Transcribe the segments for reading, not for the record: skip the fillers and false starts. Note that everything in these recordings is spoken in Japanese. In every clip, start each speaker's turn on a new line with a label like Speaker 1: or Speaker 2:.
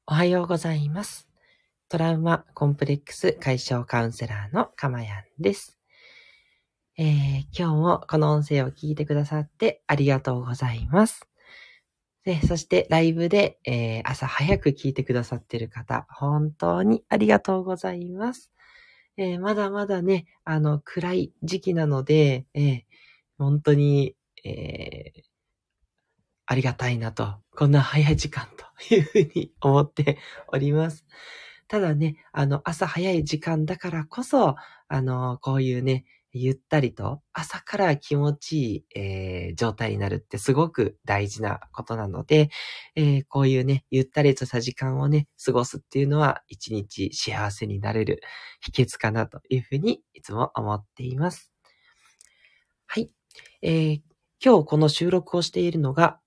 Speaker 1: おはようございます。トラウマコンプレックス解消カウンセラーのかまやんです。今日もこの音声を聞いてくださってありがとうございます。そしてライブで、朝早く聞いてくださっている方、本当にありがとうございます。まだまだね、暗い時期なので、本当に、ありがたいなと、こんな早い時間というふうに思っております。ただね、朝早い時間だからこそ、こういうね、ゆったりと朝から気持ちいい、状態になるってすごく大事なことなので、こういうね、ゆったりとした時間をね、過ごすっていうのは一日幸せになれる秘訣かなというふうにいつも思っています。はい。今日この収録をしているのが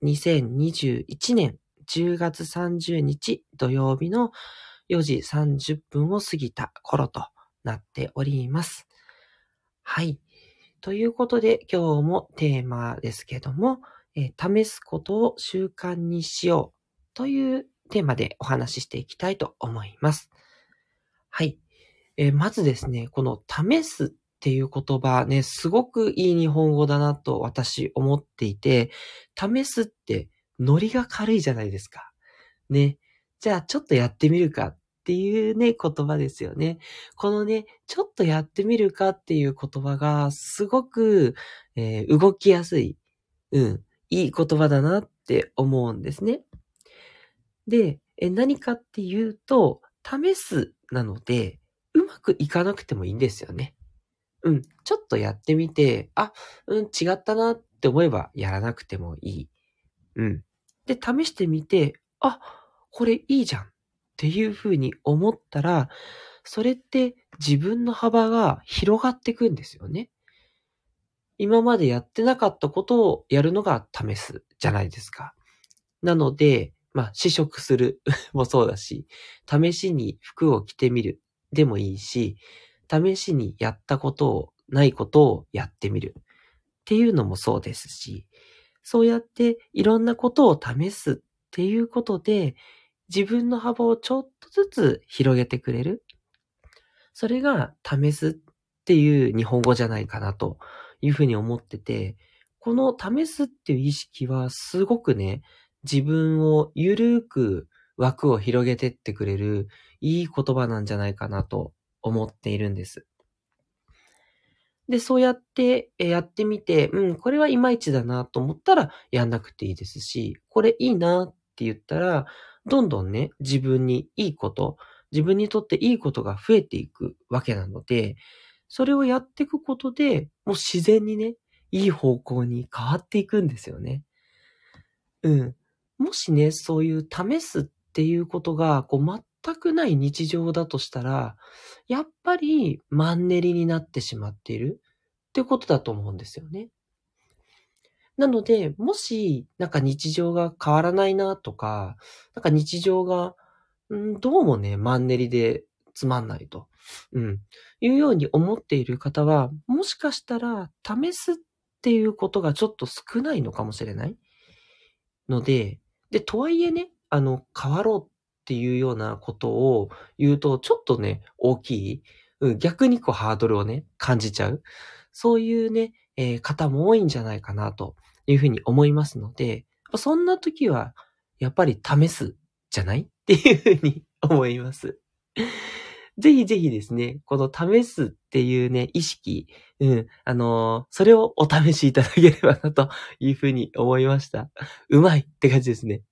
Speaker 1: 2021年10月30日土曜日の4時30分を過ぎた頃となっております。はい。ということで今日もテーマですけども、試すことを習慣にしようというテーマでお話ししていきたいと思います。はい。まずですね、この試すっていう言葉ね、すごくいい日本語だなと私思っていて、試すってノリが軽いじゃないですか。ね。じゃあちょっとやってみるかっていうね、言葉ですよね。このね、ちょっとやってみるかっていう言葉がすごく、動きやすい、いい言葉だなって思うんですね。で、何かっていうと、試すなので、うまくいかなくてもいいんですよね。ちょっとやってみて、違ったなって思えばやらなくてもいい。で、試してみて、これいいじゃんっていうふうに思ったら、それって自分の幅が広がっていくんですよね。今までやってなかったことをやるのが試すじゃないですか。なので、試食するもそうだし、試しに服を着てみるでもいいし、試しにやったことを、ないことをやってみるっていうのもそうですし、そうやっていろんなことを試すっていうことで、自分の幅をちょっとずつ広げてくれる。それが試すっていう日本語じゃないかなというふうに思ってて、この試すっていう意識はすごくね、自分をゆるーく枠を広げてってくれるいい言葉なんじゃないかなと思っているんです。で、そうやってやってみて、これはいまいちだなと思ったらやんなくていいですし、これいいなって言ったら、どんどんね、自分にいいこと、自分にとっていいことが増えていくわけなので、それをやっていくことで、もう自然にね、いい方向に変わっていくんですよね。もしね、そういう試すっていうことが、全くない日常だとしたら、やっぱりマンネリになってしまっているっていうことだと思うんですよね。なので、もし、日常が変わらないなとか、日常が、どうもね、マンネリでつまんないと、いうように思っている方は、もしかしたら試すっていうことがちょっと少ないのかもしれないので、とはいえね、変わろうっていうようなことを言うと、ちょっとね、大きい、逆にハードルをね、感じちゃう。そういうね、方も多いんじゃないかなというふうに思いますので、そんな時は、やっぱり試すじゃないっていうふうに思います。ぜひぜひですね、この試すっていうね、意識、それをお試しいただければなというふうに思いました。うまいって感じですね。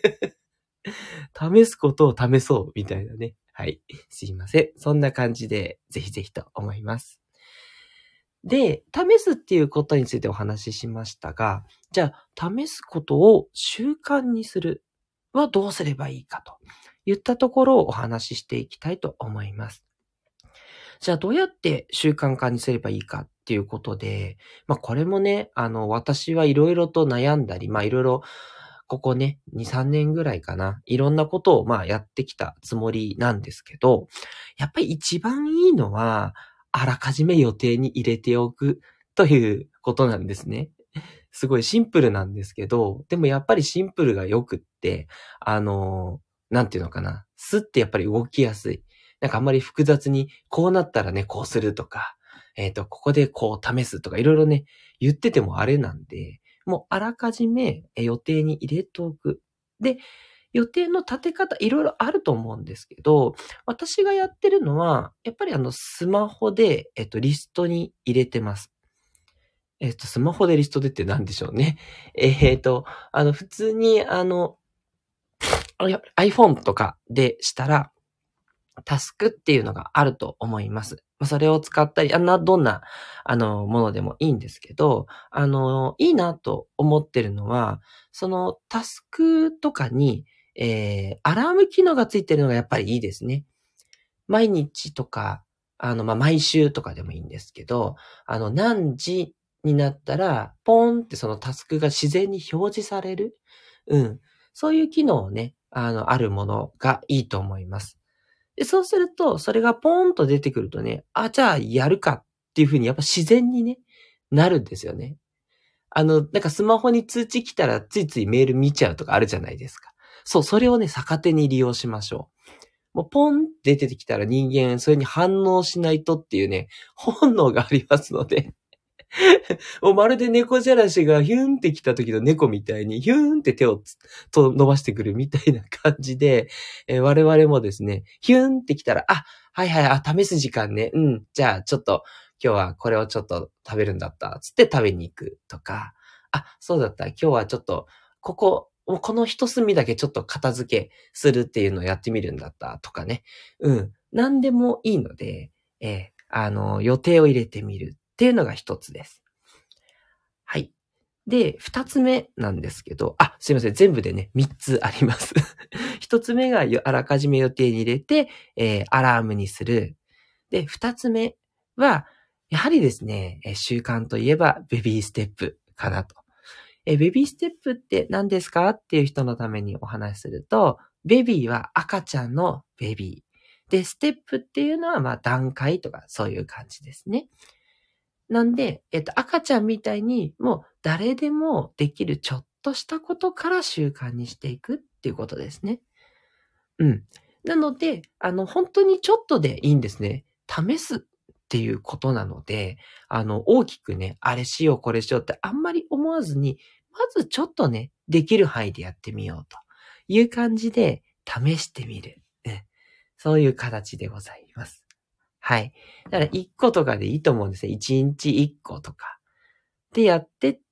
Speaker 1: 試すことを試そうみたいなね。はい。すいません。そんな感じで、ぜひぜひと思います。で、試すっていうことについてお話ししましたが、じゃあ、試すことを習慣にするはどうすればいいかといったところをお話ししていきたいと思います。じゃあどうやって習慣化にすればいいかっていうことで、これもね、私はいろいろと悩んだり、いろいろ、ここね、2、3年ぐらいかな、いろんなことをやってきたつもりなんですけど、やっぱり一番いいのは、あらかじめ予定に入れておくということなんですね。すごいシンプルなんですけど、でもやっぱりシンプルが良くって、 なんていうのかな。スってやっぱり動きやすい。なんかあんまり複雑に、こうなったらね、こうするとか、ここでこう試すとか、いろいろね、言っててもあれなんで、もうあらかじめ予定に入れておく。で、予定の立て方、いろいろあると思うんですけど、私がやってるのは、やっぱりスマホで、リストに入れてます。スマホでリストでって何でしょうね。普通に、iPhone とかでしたら、タスクっていうのがあると思います。それを使ったり、どんな、ものでもいいんですけど、いいなと思ってるのは、そのタスクとかに、アラーム機能がついてるのがやっぱりいいですね。毎日とか、毎週とかでもいいんですけど、何時になったら、ポーンってそのタスクが自然に表示される。うん。そういう機能をね、あるものがいいと思います。で、そうすると、それがポーンと出てくるとね、じゃあやるかっていう風にやっぱ自然にね、なるんですよね。なんかスマホに通知来たらついついメール見ちゃうとかあるじゃないですか。そう、それをね、逆手に利用しましょう。もうポンって出てきたら人間、それに反応しないとっていうね、本能がありますので、もうまるで猫じゃらしがヒューンって来た時の猫みたいに、ヒューンって手を伸ばしてくるみたいな感じで、我々もですね、ヒューンって来たら、はいはい、試す時間ね。じゃあちょっと、今日はこれをちょっと食べるんだった。つって食べに行くとか、そうだった。今日はちょっと、この一隅だけちょっと片付けするっていうのをやってみるんだったとかね。何でもいいので、予定を入れてみるっていうのが一つです。はい。で、二つ目なんですけど、すいません。全部でね、三つあります。一つ目があらかじめ予定に入れて、アラームにする。で、二つ目は、やはりですね、習慣といえばベビーステップかなと。ベビーステップって何ですかっていう人のためにお話しすると、ベビーは赤ちゃんのベビー。で、ステップっていうのは段階とかそういう感じですね。なんで、赤ちゃんみたいにもう誰でもできるちょっとしたことから習慣にしていくっていうことですね。うん。なので、本当にちょっとでいいんですね。試すっていうことなので、大きくね、あれしようこれしようってあんまり思わずに、まずちょっとね、できる範囲でやってみようという感じで試してみる。そういう形でございます。はい。だから1個とかでいいと思うんですね。1日1個とか。でやってって、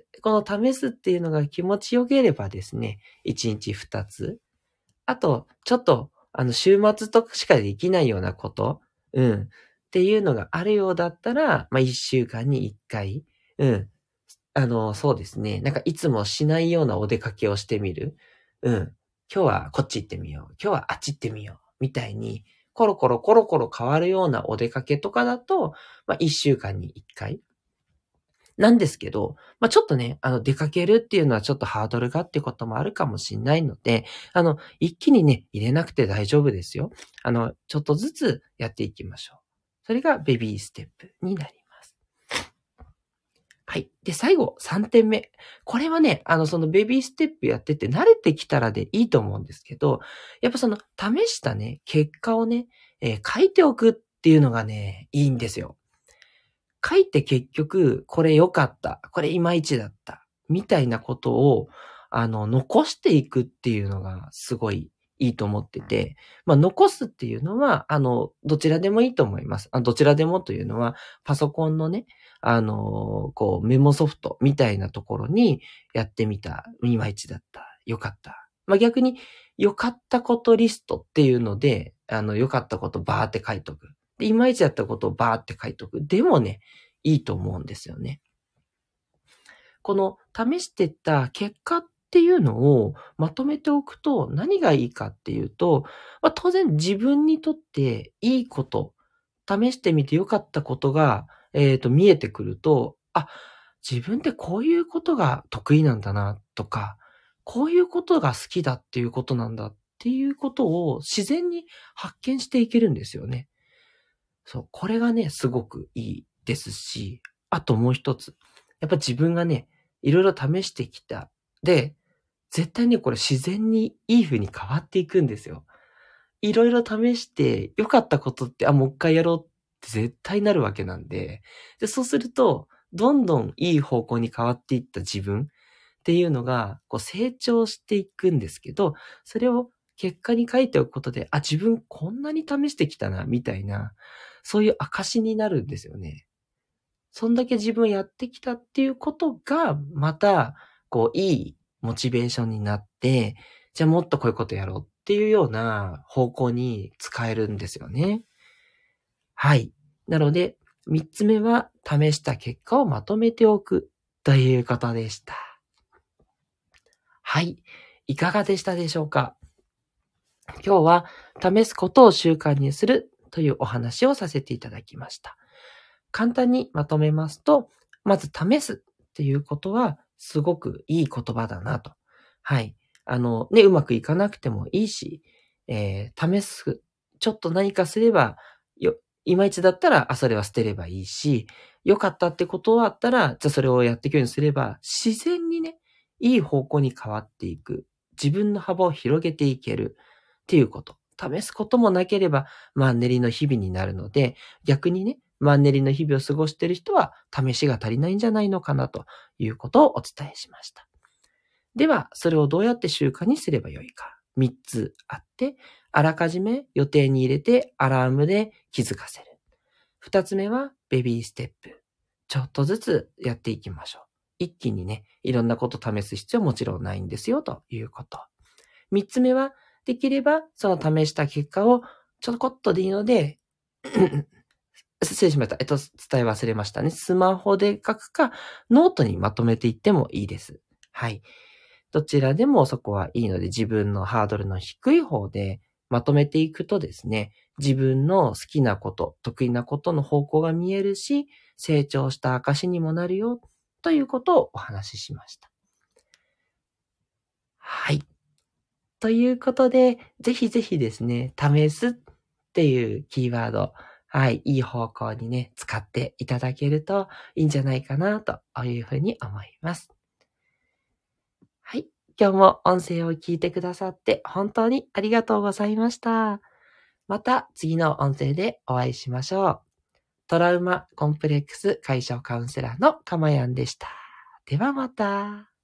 Speaker 1: この試すっていうのが気持ちよければですね、1日2つ。あと、ちょっと、週末とかしかできないようなこと、っていうのがあるようだったら、1週間に1回、うん。そうですね。なんかいつもしないようなお出かけをしてみる。今日はこっち行ってみよう。今日はあっち行ってみよう。みたいに、コロコロコロコロ変わるようなお出かけとかだと、1週間に1回。なんですけど、ちょっとね、出かけるっていうのはちょっとハードルがってこともあるかもしれないので、一気にね、入れなくて大丈夫ですよ。ちょっとずつやっていきましょう。それがベビーステップになります。はい。で、最後、3点目。これはね、そのベビーステップやってて慣れてきたらでいいと思うんですけど、やっぱその試したね、結果をね、書いておくっていうのがね、いいんですよ。書いて結局、これ良かった、これいまいちだった、みたいなことを、残していくっていうのがすごいいいと思ってて、残すっていうのは、どちらでもいいと思います。どちらでもというのは、パソコンのね、メモソフトみたいなところにやってみた、いまいちだった、良かった。逆に、良かったことリストっていうので、良かったことバーって書いとく。で、いまいちだったことをバーって書いとく。でもね、いいと思うんですよね。この試してった結果っていうのをまとめておくと何がいいかっていうと、当然自分にとっていいこと、試してみて良かったことが、見えてくると、自分ってこういうことが得意なんだなとか、こういうことが好きだっていうことなんだっていうことを自然に発見していけるんですよね。そう、これがね、すごくいいですし、あともう一つ。やっぱ自分がね、いろいろ試してきた。で、 絶対ね、これ自然にいい風に変わっていくんですよ。いろいろ試して良かったことって、もう一回やろうって絶対なるわけなんで、そうすると、どんどんいい方向に変わっていった自分っていうのが、こう成長していくんですけど、それを結果に書いておくことで、自分こんなに試してきたな、みたいな、そういう証になるんですよね。そんだけ自分やってきたっていうことが、また、いいモチベーションになって、じゃあもっとこういうことやろうっていうような方向に使えるんですよね。はい。なので、三つ目は、試した結果をまとめておくということでした。はい。いかがでしたでしょうか？今日は、試すことを習慣にするというお話をさせていただきました。簡単にまとめますと、まず試すっていうことはすごくいい言葉だなと。はい。うまくいかなくてもいいし、試す。ちょっと何かすれば、いまいちだったら、それは捨てればいいし、良かったってことはあったら、じゃあそれをやっていくようにすれば、自然にね、いい方向に変わっていく。自分の幅を広げていけるっていうこと。試すこともなければ、マンネリの日々になるので、逆にね、マンネリの日々を過ごしている人は、試しが足りないんじゃないのかなということをお伝えしました。では、それをどうやって習慣にすればよいか。3つあって、あらかじめ予定に入れてアラームで気づかせる。2つ目は、ベビーステップ。ちょっとずつやっていきましょう。一気にね、いろんなこと試す必要はもちろんないんですよ、ということ。3つ目は、できれば、その試した結果をちょこっとでいいので、失礼しました。伝え忘れましたね。スマホで書くか、ノートにまとめていってもいいです。はい。どちらでもそこはいいので、自分のハードルの低い方でまとめていくとですね、自分の好きなこと、得意なことの方向が見えるし、成長した証にもなるよ、ということをお話ししました。はい。ということで、ぜひぜひですね、試すっていうキーワード、はい、いい方向にね、使っていただけるといいんじゃないかな、というふうに思います。はい。今日も音声を聞いてくださって本当にありがとうございました。また次の音声でお会いしましょう。トラウマコンプレックス解消カウンセラーのかまやんでした。ではまた。